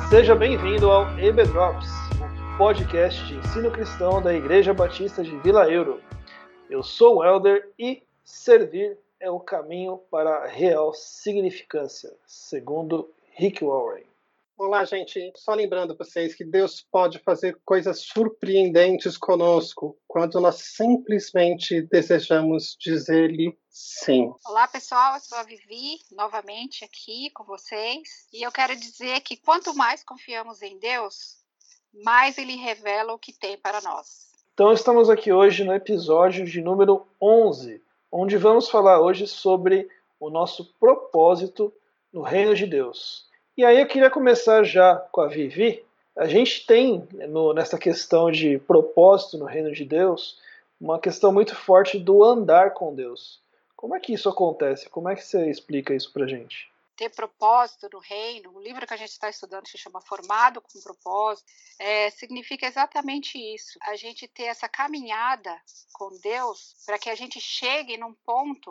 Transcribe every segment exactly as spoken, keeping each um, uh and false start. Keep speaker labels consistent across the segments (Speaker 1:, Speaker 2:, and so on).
Speaker 1: Seja bem-vindo ao E B Drops, o podcast de ensino cristão da Igreja Batista de Vila Euro. Eu sou o Elder e servir é o caminho para a real significância, segundo Rick Warren.
Speaker 2: Olá, gente. Só lembrando vocês que Deus pode fazer coisas surpreendentes conosco quando nós simplesmente desejamos dizer-lhe sim.
Speaker 3: Olá, pessoal. Eu sou a Vivi, novamente aqui com vocês. E eu quero dizer que quanto mais confiamos em Deus, mais Ele revela o que tem para nós.
Speaker 1: Então, estamos aqui hoje no episódio de número onze, onde vamos falar hoje sobre o nosso propósito no Reino de Deus. E aí eu queria começar já com a Vivi. A gente tem, no, nessa questão de propósito no Reino de Deus, uma questão muito forte do andar com Deus. Como é que isso acontece? Como é que você explica isso pra gente?
Speaker 3: Ter propósito no reino, o livro que a gente está estudando se chama Formado com Propósito, é, significa exatamente isso. A gente ter essa caminhada com Deus para que a gente chegue num ponto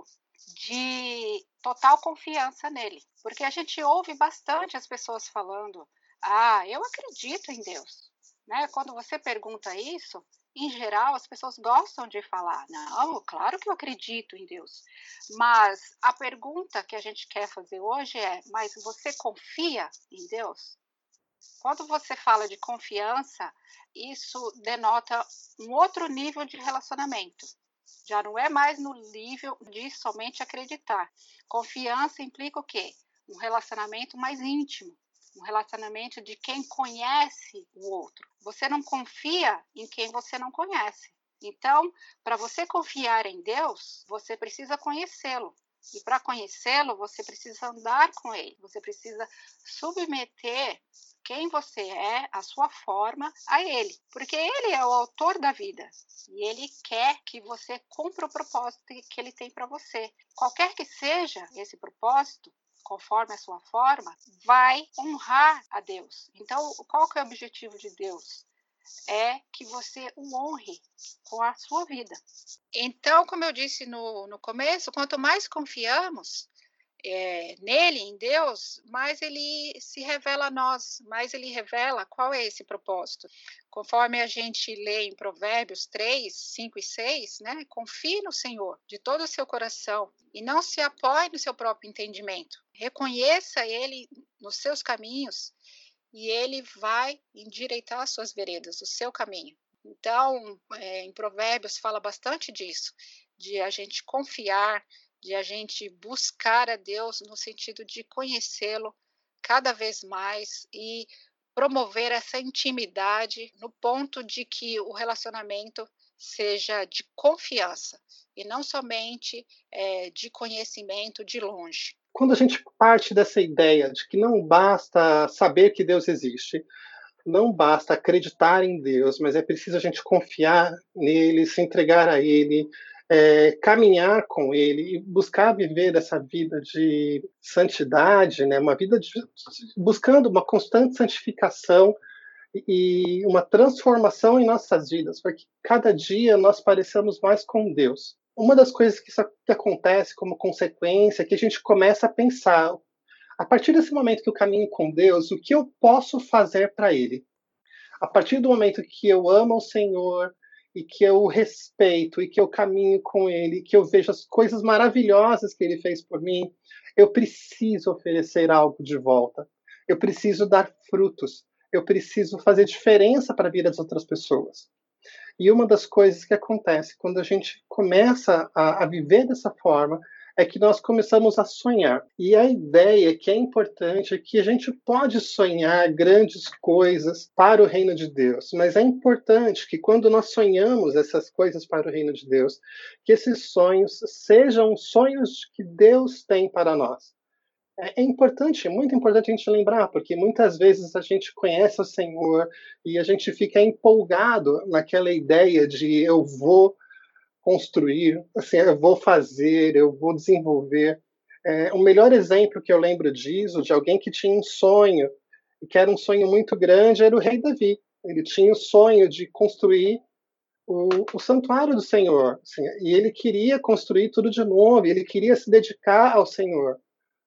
Speaker 3: de total confiança nele. Porque a gente ouve bastante as pessoas falando, ah, eu acredito em Deus. Né? Quando você pergunta isso, em geral, as pessoas gostam de falar, não, claro que eu acredito em Deus. Mas a pergunta que a gente quer fazer hoje é, mas você confia em Deus? Quando você fala de confiança, isso denota um outro nível de relacionamento. Já não é mais no nível de somente acreditar. Confiança implica o quê? Um relacionamento mais íntimo. Um relacionamento de quem conhece o outro. Você não confia em quem você não conhece. Então, para você confiar em Deus, você precisa conhecê-lo. E para conhecê-lo, você precisa andar com ele. Você precisa submeter quem você é, a sua forma, a ele. Porque ele é o autor da vida. E ele quer que você cumpra o propósito que ele tem para você. Qualquer que seja esse propósito, conforme a sua forma, vai honrar a Deus. Então, qual que é o objetivo de Deus? É que você o honre com a sua vida. Então, como eu disse no, no começo, quanto mais confiamos é, nele, em Deus, mais ele se revela a nós, mais ele revela qual é esse propósito. Conforme a gente lê em Provérbios três, cinco e seis, né? Confie no Senhor de todo o seu coração e não se apoie no seu próprio entendimento. Reconheça ele nos seus caminhos e ele vai endireitar as suas veredas, o seu caminho. Então, é, em Provérbios fala bastante disso, de a gente confiar, de a gente buscar a Deus no sentido de conhecê-lo cada vez mais e promover essa intimidade no ponto de que o relacionamento seja de confiança e não somente é, de conhecimento de longe.
Speaker 2: Quando a gente parte dessa ideia de que não basta saber que Deus existe, não basta acreditar em Deus, mas é preciso a gente confiar nele, se entregar a ele, é, caminhar com ele e buscar viver essa vida de santidade, né? Uma vida de, buscando uma constante santificação e uma transformação em nossas vidas, para que cada dia nós pareçamos mais com Deus. Uma das coisas que, isso, que acontece como consequência é que a gente começa a pensar, a partir desse momento que eu caminho com Deus, o que eu posso fazer para Ele? A partir do momento que eu amo o Senhor e que eu o respeito e que eu caminho com Ele, que eu vejo as coisas maravilhosas que Ele fez por mim, eu preciso oferecer algo de volta. Eu preciso dar frutos. Eu preciso fazer diferença para a vida das outras pessoas. E uma das coisas que acontece quando a gente começa a, a viver dessa forma é que nós começamos a sonhar. E a ideia que é importante é que a gente pode sonhar grandes coisas para o reino de Deus, mas é importante que quando nós sonhamos essas coisas para o reino de Deus, que esses sonhos sejam sonhos que Deus tem para nós. É importante, é muito importante a gente lembrar, porque muitas vezes a gente conhece o Senhor e a gente fica empolgado naquela ideia de eu vou construir, assim, eu vou fazer, eu vou desenvolver. É, o melhor exemplo que eu lembro disso, de alguém que tinha um sonho, e que era um sonho muito grande, era o rei Davi. Ele tinha o sonho de construir o, o santuário do Senhor, assim, e ele queria construir tudo de novo, ele queria se dedicar ao Senhor.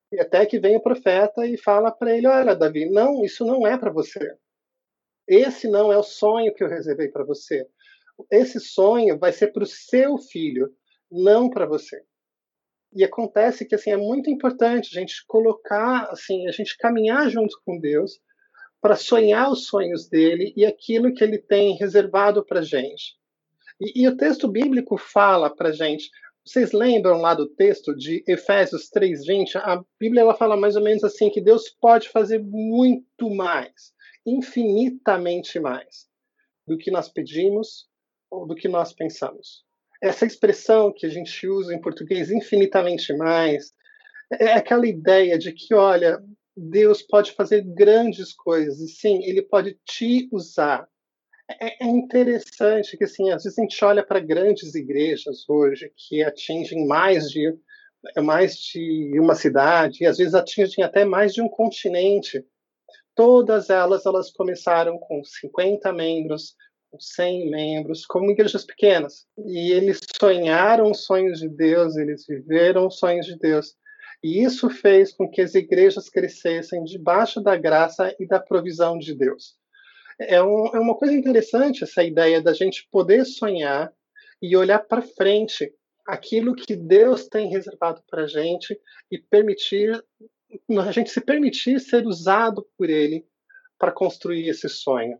Speaker 2: E até que vem o profeta e fala para ele: olha, Davi, não, isso não é para você. Esse não é o sonho que eu reservei para você. Esse sonho vai ser para o seu filho, não para você. E acontece que assim é muito importante a gente colocar, assim, a gente caminhar junto com Deus para sonhar os sonhos dele e aquilo que ele tem reservado para gente. E, e o texto bíblico fala para gente. Vocês lembram lá do texto de Efésios três vinte? A Bíblia ela fala mais ou menos assim que Deus pode fazer muito mais, infinitamente mais, do que nós pedimos ou do que nós pensamos. Essa expressão que a gente usa em português, infinitamente mais, é aquela ideia de que, olha, Deus pode fazer grandes coisas, e sim, Ele pode te usar. É, é interessante que, assim, às vezes a gente olha para grandes igrejas hoje que atingem mais de, mais de uma cidade, e às vezes atingem até mais de um continente. Todas elas, elas começaram com cinquenta membros, com cem membros, como igrejas pequenas. E eles sonharam os sonhos de Deus, eles viveram os sonhos de Deus. E isso fez com que as igrejas crescessem debaixo da graça e da provisão de Deus. É, um, é uma coisa interessante essa ideia da gente poder sonhar e olhar para frente aquilo que Deus tem reservado para a gente e permitir a gente se permitir ser usado por Ele para construir esse sonho.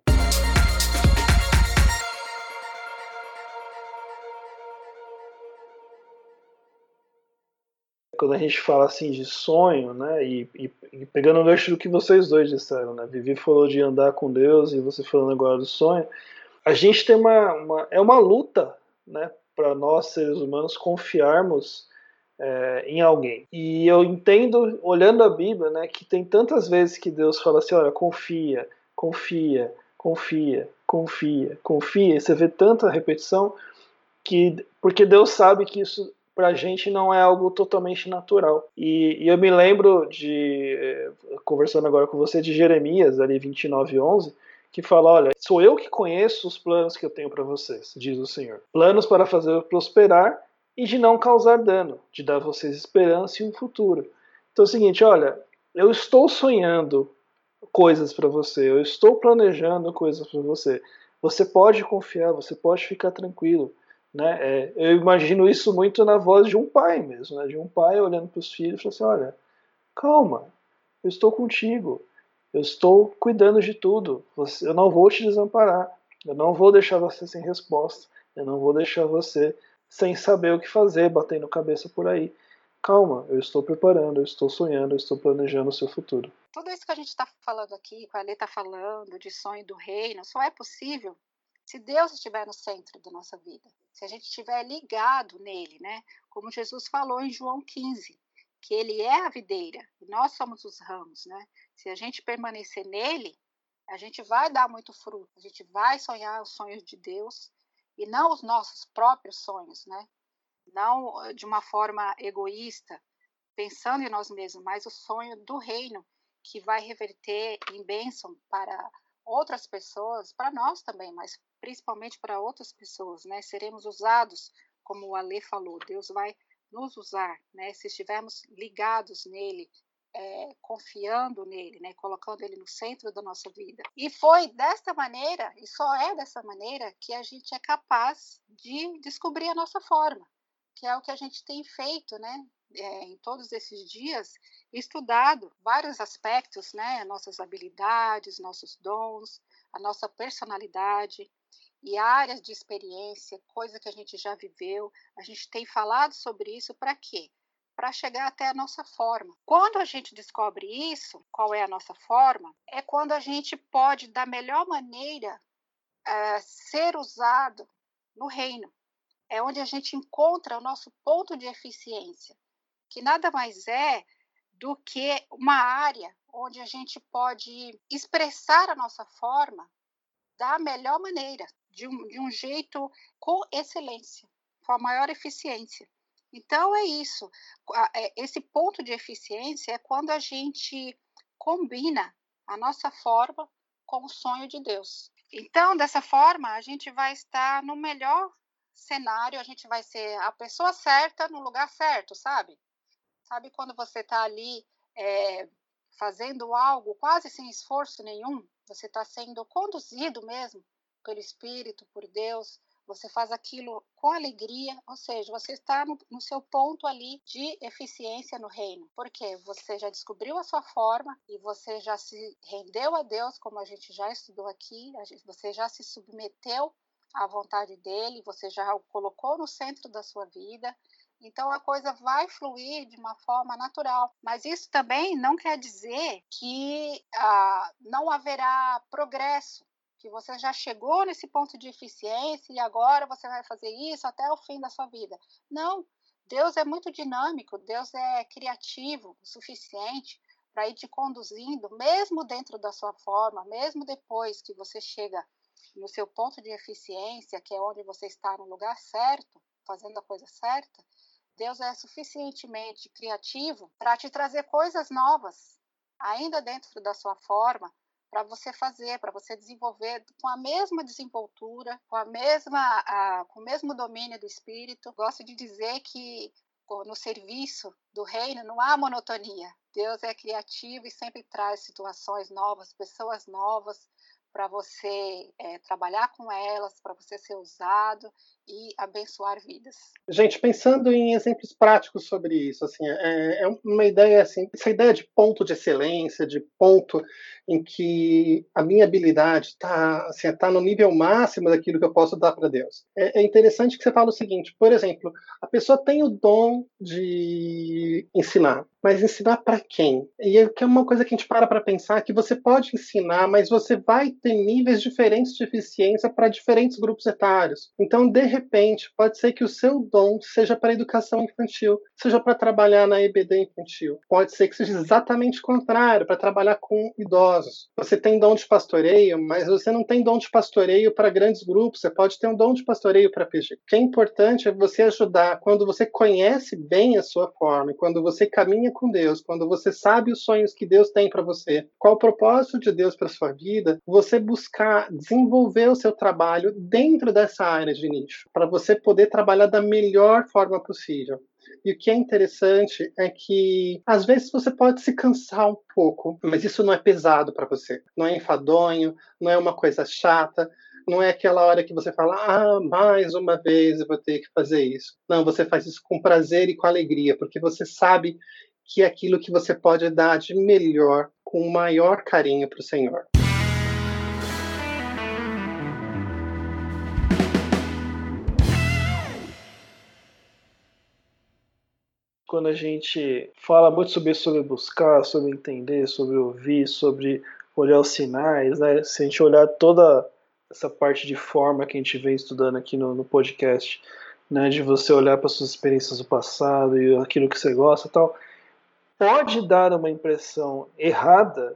Speaker 1: Quando a gente fala assim de sonho, né, e, e, e pegando o gancho do que vocês dois disseram, né, Vivi falou de andar com Deus e você falando agora do sonho, a gente tem uma, uma é uma luta, né, para nós seres humanos confiarmos é, em alguém. E eu entendo, olhando a Bíblia, né, que tem tantas vezes que Deus fala assim, olha, confia, confia, confia, confia, confia, e você vê tanta repetição que porque Deus sabe que isso pra gente não é algo totalmente natural. E, e eu me lembro de, conversando agora com você, de Jeremias, ali vinte e nove, onze, que fala, olha, sou eu que conheço os planos que eu tenho para vocês, diz o Senhor. Planos para fazer prosperar e de não causar dano, de dar a vocês esperança e um futuro. Então é o seguinte, olha, eu estou sonhando coisas para você, eu estou planejando coisas para você. Você pode confiar, você pode ficar tranquilo. Né? É, eu imagino isso muito na voz de um pai mesmo, né? De um pai olhando para os filhos e falando assim, olha, calma, eu estou contigo, eu estou cuidando de tudo, você, eu não vou te desamparar, eu não vou deixar você sem resposta, eu não vou deixar você sem saber o que fazer, batendo cabeça por aí. Calma, eu estou preparando, eu estou sonhando, eu estou planejando o seu futuro.
Speaker 3: Tudo isso que a gente está falando aqui, que a Alê está falando, de sonho do reino, só é possível se Deus estiver no centro da nossa vida, se a gente estiver ligado nele, né? Como Jesus falou em João quinze, que ele é a videira e nós somos os ramos, né? Se a gente permanecer nele, a gente vai dar muito fruto, a gente vai sonhar os sonhos de Deus e não os nossos próprios sonhos, né? Não de uma forma egoísta, pensando em nós mesmos, mas o sonho do reino que vai reverter em bênção para outras pessoas, para nós também, mas principalmente para outras pessoas, né? Seremos usados, como o Alê falou, Deus vai nos usar, né? Se estivermos ligados nele, é, confiando nele, né? Colocando ele no centro da nossa vida. E foi desta maneira, e só é dessa maneira, que a gente é capaz de descobrir a nossa forma, que é o que a gente tem feito, né? É, em todos esses dias, estudado vários aspectos, né? Nossas habilidades, nossos dons, a nossa personalidade e áreas de experiência, coisa que a gente já viveu. A gente tem falado sobre isso para quê? Para chegar até a nossa forma. Quando a gente descobre isso, qual é a nossa forma, é quando a gente pode, da melhor maneira, é, ser usado no reino. É onde a gente encontra o nosso ponto de eficiência, que nada mais é do que uma área onde a gente pode expressar a nossa forma da melhor maneira, de um, de um jeito com excelência, com a maior eficiência. Então é isso, esse ponto de eficiência é quando a gente combina a nossa forma com o sonho de Deus. Então, dessa forma, a gente vai estar no melhor cenário, a gente vai ser a pessoa certa no lugar certo, sabe? Sabe quando você está ali é, fazendo algo quase sem esforço nenhum, você está sendo conduzido mesmo pelo Espírito, por Deus, você faz aquilo com alegria, ou seja, você está no, no seu ponto ali de eficiência no reino, porque você já descobriu a sua forma e você já se rendeu a Deus, como a gente já estudou aqui, gente, você já se submeteu à vontade dele, você já o colocou no centro da sua vida, então a coisa vai fluir de uma forma natural, mas isso também não quer dizer que ah, não haverá progresso, que você já chegou nesse ponto de eficiência e agora você vai fazer isso até o fim da sua vida. Não, Deus é muito dinâmico, Deus é criativo o suficiente para ir te conduzindo, mesmo dentro da sua forma, mesmo depois que você chega no seu ponto de eficiência, que é onde você está no lugar certo, fazendo a coisa certa, Deus é suficientemente criativo para te trazer coisas novas, ainda dentro da sua forma, para você fazer, para você desenvolver com a mesma desenvoltura, com a mesma, a, com o mesmo domínio do espírito. Gosto de dizer que no serviço do reino não há monotonia. Deus é criativo e sempre traz situações novas, pessoas novas, para você é, trabalhar com elas, para você ser usado e abençoar vidas.
Speaker 2: Gente, pensando em exemplos práticos sobre isso, assim, é, é uma ideia assim, essa ideia de ponto de excelência, de ponto em que a minha habilidade está assim, tá no nível máximo daquilo que eu posso dar para Deus. É, é interessante que você fala o seguinte, por exemplo, a pessoa tem o dom de ensinar, mas ensinar para quem? E é uma coisa que a gente para para pensar, que você pode ensinar, mas você vai ter níveis diferentes de eficiência para diferentes grupos etários. Então, de repente, pode ser que o seu dom seja para educação infantil, seja para trabalhar na E B D infantil. Pode ser que seja exatamente o contrário, para trabalhar com idosos. Você tem dom de pastoreio, mas você não tem dom de pastoreio para grandes grupos, você pode ter um dom de pastoreio para P G. O que é importante é você ajudar, quando você conhece bem a sua forma, quando você caminha com Deus, quando você sabe os sonhos que Deus tem para você, qual o propósito de Deus para sua vida, você buscar desenvolver o seu trabalho dentro dessa área de nicho, para você poder trabalhar da melhor forma possível. E o que é interessante é que, às vezes, você pode se cansar um pouco, mas isso não é pesado para você. Não é enfadonho, não é uma coisa chata, não é aquela hora que você fala, ah, mais uma vez eu vou ter que fazer isso. Não, você faz isso com prazer e com alegria, porque você sabe que é aquilo que você pode dar de melhor, com o maior carinho para o Senhor.
Speaker 1: Quando a gente fala muito sobre, sobre buscar, sobre entender, sobre ouvir, sobre olhar os sinais, né? Se a gente olhar toda essa parte de forma que a gente vem estudando aqui no, no podcast, né? De você olhar para suas experiências do passado e aquilo que você gosta e tal, pode dar uma impressão errada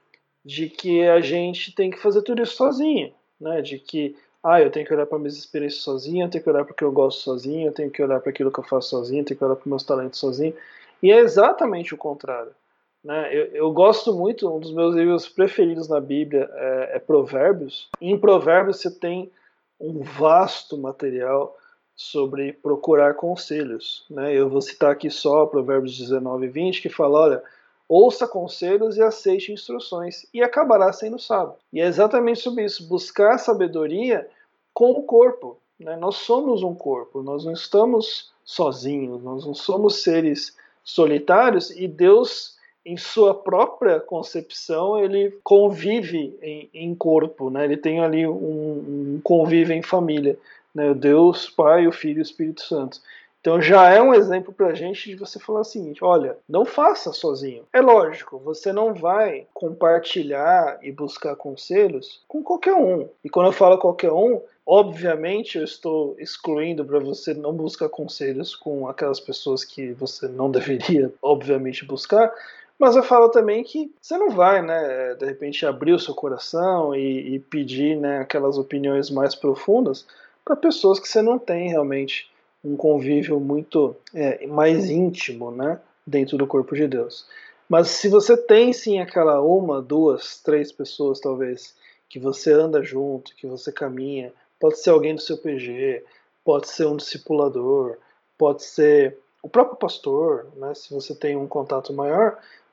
Speaker 1: de que a gente tem que fazer tudo isso sozinho, né? De que ah, eu tenho que olhar para minhas experiências sozinho, eu tenho que olhar para o que eu gosto sozinho, eu tenho que olhar para aquilo que eu faço sozinho, eu tenho que olhar para os meus talentos sozinho. E é exatamente o contrário, né? Eu, eu gosto muito, um dos meus livros preferidos na Bíblia é, é Provérbios. E em Provérbios você tem um vasto material sobre procurar conselhos, né? Eu vou citar aqui só Provérbios dezenove e vinte, que fala, olha, ouça conselhos e aceite instruções, e acabará sendo sábio. E é exatamente sobre isso, buscar sabedoria com o corpo, né? Nós somos um corpo, nós não estamos sozinhos, nós não somos seres solitários, e Deus, em sua própria concepção, ele convive em, em corpo, né? Ele tem ali um, um convívio em família, né? Deus, Pai, o Filho e o Espírito Santo. Então já é um exemplo pra gente de você falar o seguinte, olha, não faça sozinho. É lógico, você não vai compartilhar e buscar conselhos com qualquer um. E quando eu falo qualquer um, obviamente eu estou excluindo para você não buscar conselhos com aquelas pessoas que você não deveria, obviamente, buscar, mas eu falo também que você não vai, né, de repente abrir o seu coração e, e pedir, né, aquelas opiniões mais profundas para pessoas que você não tem realmente um convívio muito é, mais íntimo, né, dentro do corpo de Deus. Mas se você tem sim aquela uma, duas, três pessoas talvez que você anda junto, que você caminha, pode ser alguém do seu P G, pode ser um discipulador, pode ser o próprio pastor, né, se você tem um contato maior,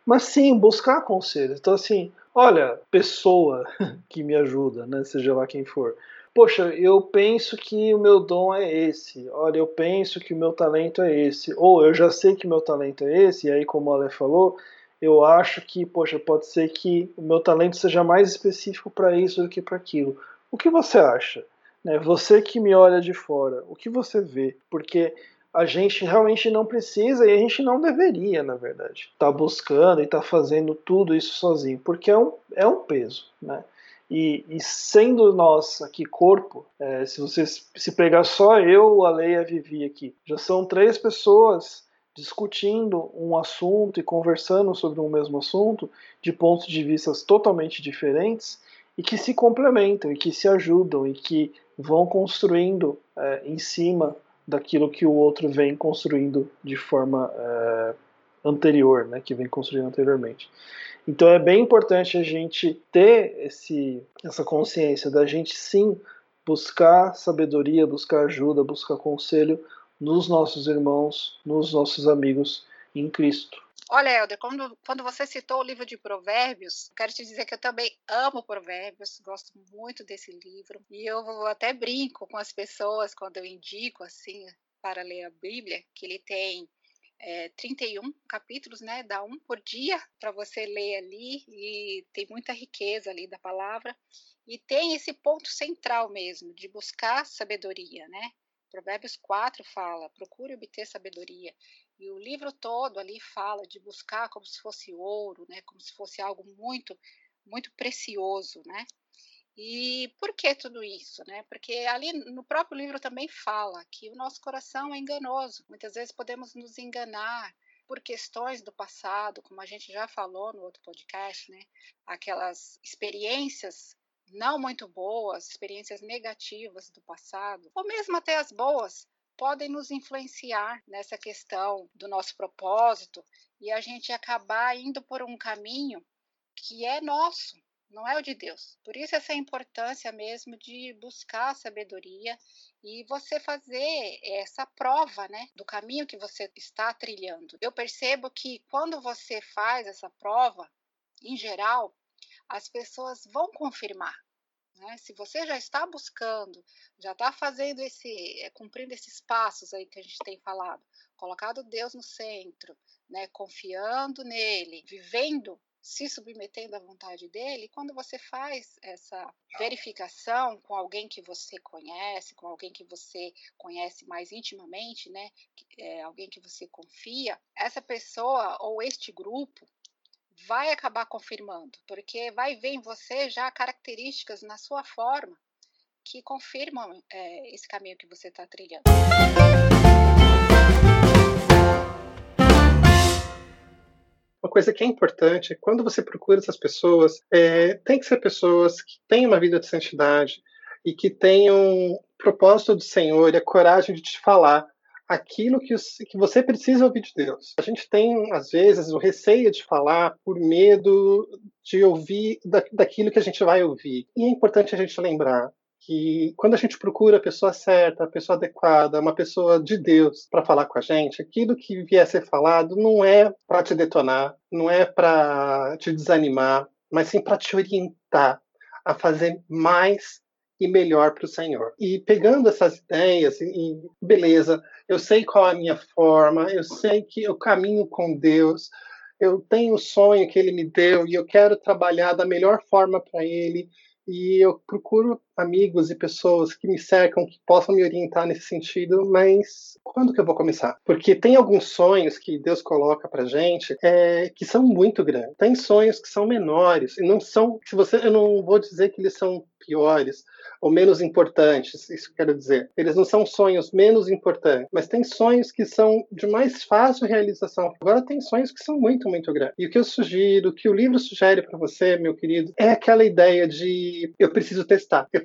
Speaker 1: mas sim buscar conselho. Então assim, olha, pessoa que me ajuda, né, seja lá quem for. Poxa, eu penso que o meu dom é esse. Olha, eu penso que o meu talento é esse. Ou eu já sei que o meu talento é esse, e aí como a Ale falou, eu acho que, poxa, pode ser que o meu talento seja mais específico para isso do que para aquilo. O que você acha? Né? Você que me olha de fora, o que você vê? Porque a gente realmente não precisa e a gente não deveria, na verdade, estar tá buscando e estar tá fazendo tudo isso sozinho, porque é um, é um peso, né? E, e sendo nós aqui corpo, é, se você se pegar só eu, a Leia e a Vivi aqui, já são três pessoas discutindo um assunto e conversando sobre um mesmo assunto de pontos de vista totalmente diferentes e que se complementam e que se ajudam e que vão construindo é, em cima daquilo que o outro vem construindo de forma é, anterior, né, que vem construindo anteriormente. Então é bem importante a gente ter esse, essa consciência da gente sim buscar sabedoria, buscar ajuda, buscar conselho nos nossos irmãos, nos nossos amigos em Cristo.
Speaker 3: Olha, Helder, quando, quando você citou o livro de Provérbios, quero te dizer que eu também amo Provérbios, gosto muito desse livro, e eu até brinco com as pessoas quando eu indico assim para ler a Bíblia, que ele tem é, trinta e um capítulos, né? Dá um por dia para você ler ali, e tem muita riqueza ali da palavra, e tem esse ponto central mesmo, de buscar sabedoria, né? Provérbios quatro fala, procure obter sabedoria. E o livro todo ali fala de buscar como se fosse ouro, né? Como se fosse algo muito, muito precioso, né? E por que tudo isso, né? Porque ali no próprio livro também fala que o nosso coração é enganoso. Muitas vezes podemos nos enganar por questões do passado, como a gente já falou no outro podcast, né? Aquelas experiências não muito boas, experiências negativas do passado, ou mesmo até as boas, podem nos influenciar nessa questão do nosso propósito e a gente acabar indo por um caminho que é nosso, não é o de Deus. Por isso essa importância mesmo de buscar a sabedoria e você fazer essa prova, né, do caminho que você está trilhando. Eu percebo que quando você faz essa prova, em geral, as pessoas vão confirmar. Né? Se você já está buscando, já está fazendo esse, cumprindo esses passos aí que a gente tem falado, colocado Deus no centro, né, confiando nele, vivendo, se submetendo à vontade dele, quando você faz essa verificação com alguém que você conhece, com alguém que você conhece mais intimamente, né, é, alguém que você confia, essa pessoa ou este grupo vai acabar confirmando, porque vai ver em você já características na sua forma que confirmam é, esse caminho que você está trilhando.
Speaker 2: Uma coisa que é importante é quando você procura essas pessoas, é, tem que ser pessoas que têm uma vida de santidade e que tenham o propósito do Senhor e a coragem de te falar aquilo que, que você precisa ouvir de Deus. A gente tem, às vezes, o receio de falar por medo de ouvir da, daquilo que a gente vai ouvir. E é importante a gente lembrar que quando a gente procura a pessoa certa, a pessoa adequada, uma pessoa de Deus para falar com a gente, aquilo que vier a ser falado não é para te detonar, não é para te desanimar, mas sim para te orientar a fazer mais e melhor para o Senhor. E pegando essas ideias, e beleza, eu sei qual é a minha forma, eu sei que eu caminho com Deus, eu tenho o sonho que Ele me deu e eu quero trabalhar da melhor forma para Ele, e eu procuro amigos e pessoas que me cercam, que possam me orientar nesse sentido, mas quando que eu vou começar? Porque tem alguns sonhos que Deus coloca pra gente é, que são muito grandes. Tem sonhos que são menores, e não são, se você, eu não vou dizer que eles são piores ou menos importantes, isso que eu quero dizer. Eles não são sonhos menos importantes, mas tem sonhos que são de mais fácil realização. Agora tem sonhos que são muito, muito grandes. E o que eu sugiro, o que o livro sugere para você, meu querido, é aquela ideia de eu preciso testar. Eu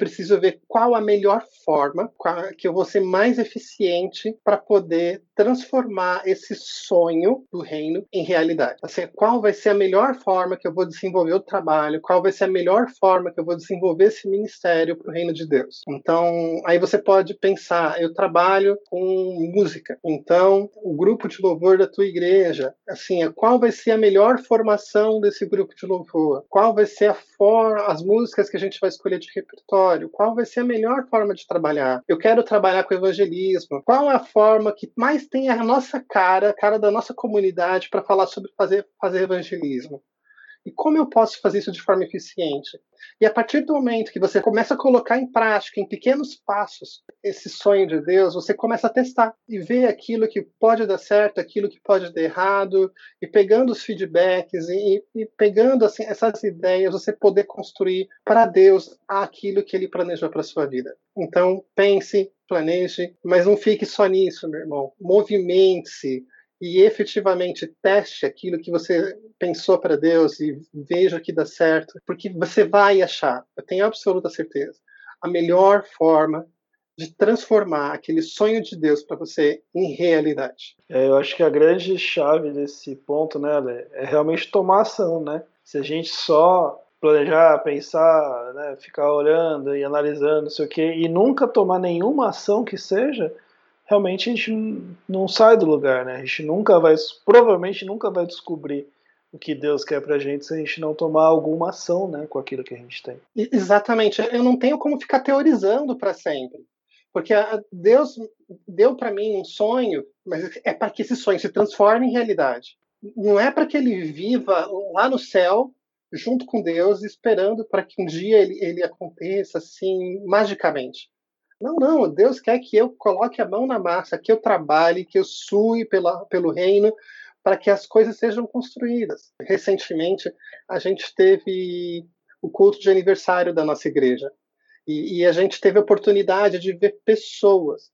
Speaker 2: preciso ver qual a melhor forma, qual, que eu vou ser mais eficiente para poder transformar esse sonho do reino em realidade. Assim, qual vai ser a melhor forma que eu vou desenvolver o trabalho, qual vai ser a melhor forma que eu vou desenvolver esse ministério para o reino de Deus. Então, aí você pode pensar, eu trabalho com música, então o grupo de louvor da tua igreja, assim, qual vai ser a melhor formação desse grupo de louvor? Qual vai ser a for- as músicas que a gente vai escolher de repertório? Qual vai ser a melhor forma de trabalhar? Eu quero trabalhar com evangelismo. Qual é a forma que mais tem a nossa cara, a cara da nossa comunidade para falar sobre fazer, fazer evangelismo? E como eu posso fazer isso de forma eficiente? E a partir do momento que você começa a colocar em prática, em pequenos passos, esse sonho de Deus, você começa a testar e ver aquilo que pode dar certo, aquilo que pode dar errado, e pegando os feedbacks e, e pegando assim, essas ideias, você poder construir para Deus aquilo que Ele planejou para a sua vida. Então, pense, planeje, mas não fique só nisso, meu irmão. Movimente-se e efetivamente teste aquilo que você pensou para Deus e veja que dá certo, porque você vai achar, eu tenho absoluta certeza, a melhor forma de transformar aquele sonho de Deus para você em realidade.
Speaker 1: É, eu acho que a grande chave desse ponto, né, Ale, é realmente tomar ação, né? Se a gente só planejar, pensar, né, ficar olhando e analisando, não sei o quê, e nunca tomar nenhuma ação que seja, realmente a gente não sai do lugar, né? A gente nunca vai, provavelmente nunca vai descobrir o que Deus quer pra gente se a gente não tomar alguma ação, né, com aquilo que a gente tem.
Speaker 2: Exatamente. Eu não tenho como ficar teorizando para sempre. Porque Deus deu para mim um sonho, mas é para que esse sonho se transforme em realidade. Não é para que ele viva lá no céu, junto com Deus, esperando para que um dia ele, ele aconteça assim, magicamente. Não, não. Deus quer que eu coloque a mão na massa, que eu trabalhe, que eu sue pela, pelo reino, para que as coisas sejam construídas. Recentemente, a gente teve o culto de aniversário da nossa igreja. E, e a gente teve a oportunidade de ver pessoas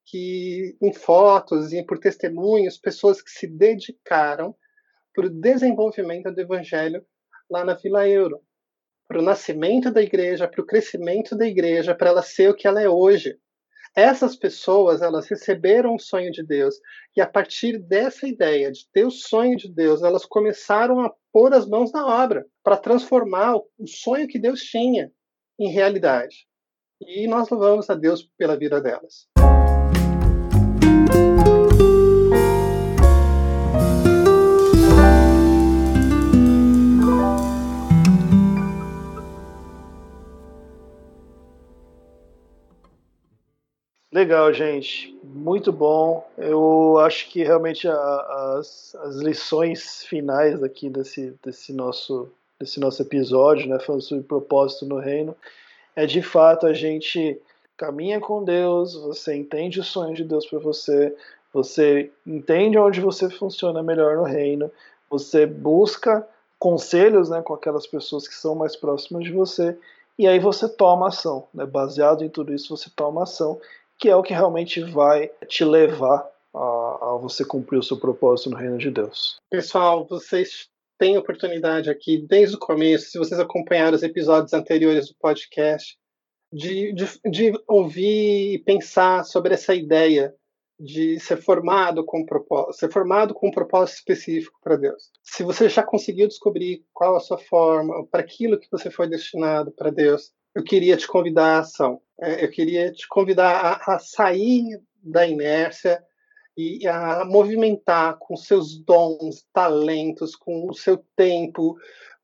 Speaker 2: que, em fotos e por testemunhos, pessoas que se dedicaram para o desenvolvimento do evangelho lá na Vila Euro, para o nascimento da igreja, para o crescimento da igreja, para ela ser o que ela é hoje. Essas pessoas, elas receberam o sonho de Deus, e a partir dessa ideia de ter o sonho de Deus, elas começaram a pôr as mãos na obra para transformar o sonho que Deus tinha em realidade. E nós louvamos a Deus pela vida delas.
Speaker 1: Legal, gente. Muito bom. Eu acho que realmente a, as, as lições finais aqui desse, desse, nosso, desse nosso episódio, né, falando sobre propósito no reino, é de fato a gente caminha com Deus, você entende o sonho de Deus para você, você entende onde você funciona melhor no reino, você busca conselhos, né, com aquelas pessoas que são mais próximas de você, e aí você toma ação, né? Baseado em tudo isso, você toma ação, que é o que realmente vai te levar a, a você cumprir o seu propósito no reino de Deus.
Speaker 2: Pessoal, vocês têm oportunidade aqui, desde o começo, se vocês acompanharam os episódios anteriores do podcast, de, de, de ouvir e pensar sobre essa ideia de ser formado com um propósito, ser formado com um propósito específico para Deus. Se você já conseguiu descobrir qual a sua forma, para aquilo que você foi destinado para Deus, eu queria te convidar à ação. Eu queria te convidar a, a sair da inércia e a movimentar com seus dons, talentos, com o seu tempo,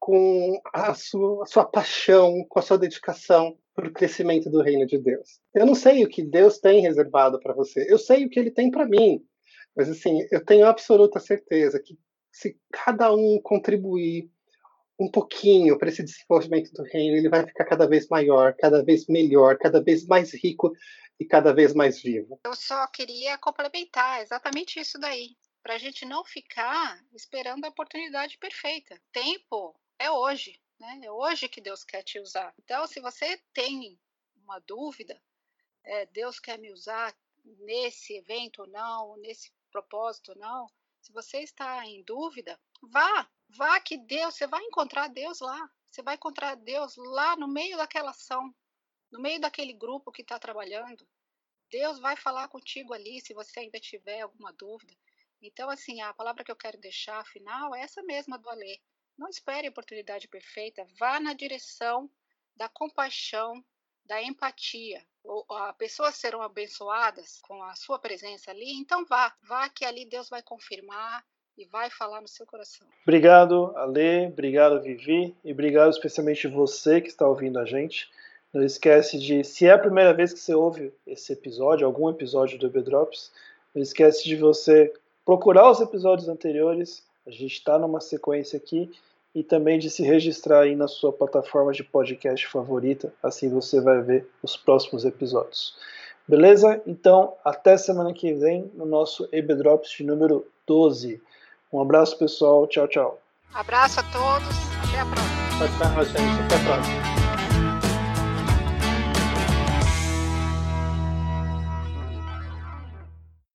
Speaker 2: com a sua, a sua paixão, com a sua dedicação para o crescimento do reino de Deus. Eu não sei o que Deus tem reservado para você, eu sei o que Ele tem para mim, mas assim, eu tenho absoluta certeza que se cada um contribuir um pouquinho para esse desenvolvimento do reino, ele vai ficar cada vez maior, cada vez melhor, cada vez mais rico e cada vez mais vivo.
Speaker 3: Eu só queria complementar exatamente isso daí, para a gente não ficar esperando a oportunidade perfeita. Tempo é hoje, né? É hoje que Deus quer te usar. Então, se você tem uma dúvida, é, Deus quer me usar nesse evento ou não, nesse propósito ou não, se você está em dúvida, vá, vá que Deus, você vai encontrar Deus lá, você vai encontrar Deus lá no meio daquela ação. no meio daquele grupo que está trabalhando. Deus vai falar contigo ali, se você ainda tiver alguma dúvida. Então, assim, a palavra que eu quero deixar, afinal, é essa mesma do Alê. Não espere a oportunidade perfeita, vá na direção da compaixão, da empatia. As pessoas serão abençoadas com a sua presença ali, então vá, vá que ali Deus vai confirmar e vai falar no seu coração.
Speaker 1: Obrigado, Alê, obrigado, Vivi, e obrigado especialmente você que está ouvindo a gente. Não esquece de, se é a primeira vez que você ouve esse episódio, algum episódio do E B Drops, não esquece de você procurar os episódios anteriores, a gente está numa sequência aqui, e também de se registrar aí na sua plataforma de podcast favorita, assim você vai ver os próximos episódios. Beleza? Então, até semana que vem no nosso E B Drops de número doze. Um abraço, pessoal. Tchau, tchau.
Speaker 3: Abraço a todos. Até a próxima.
Speaker 2: Tchau, tchau, gente. Até a próxima.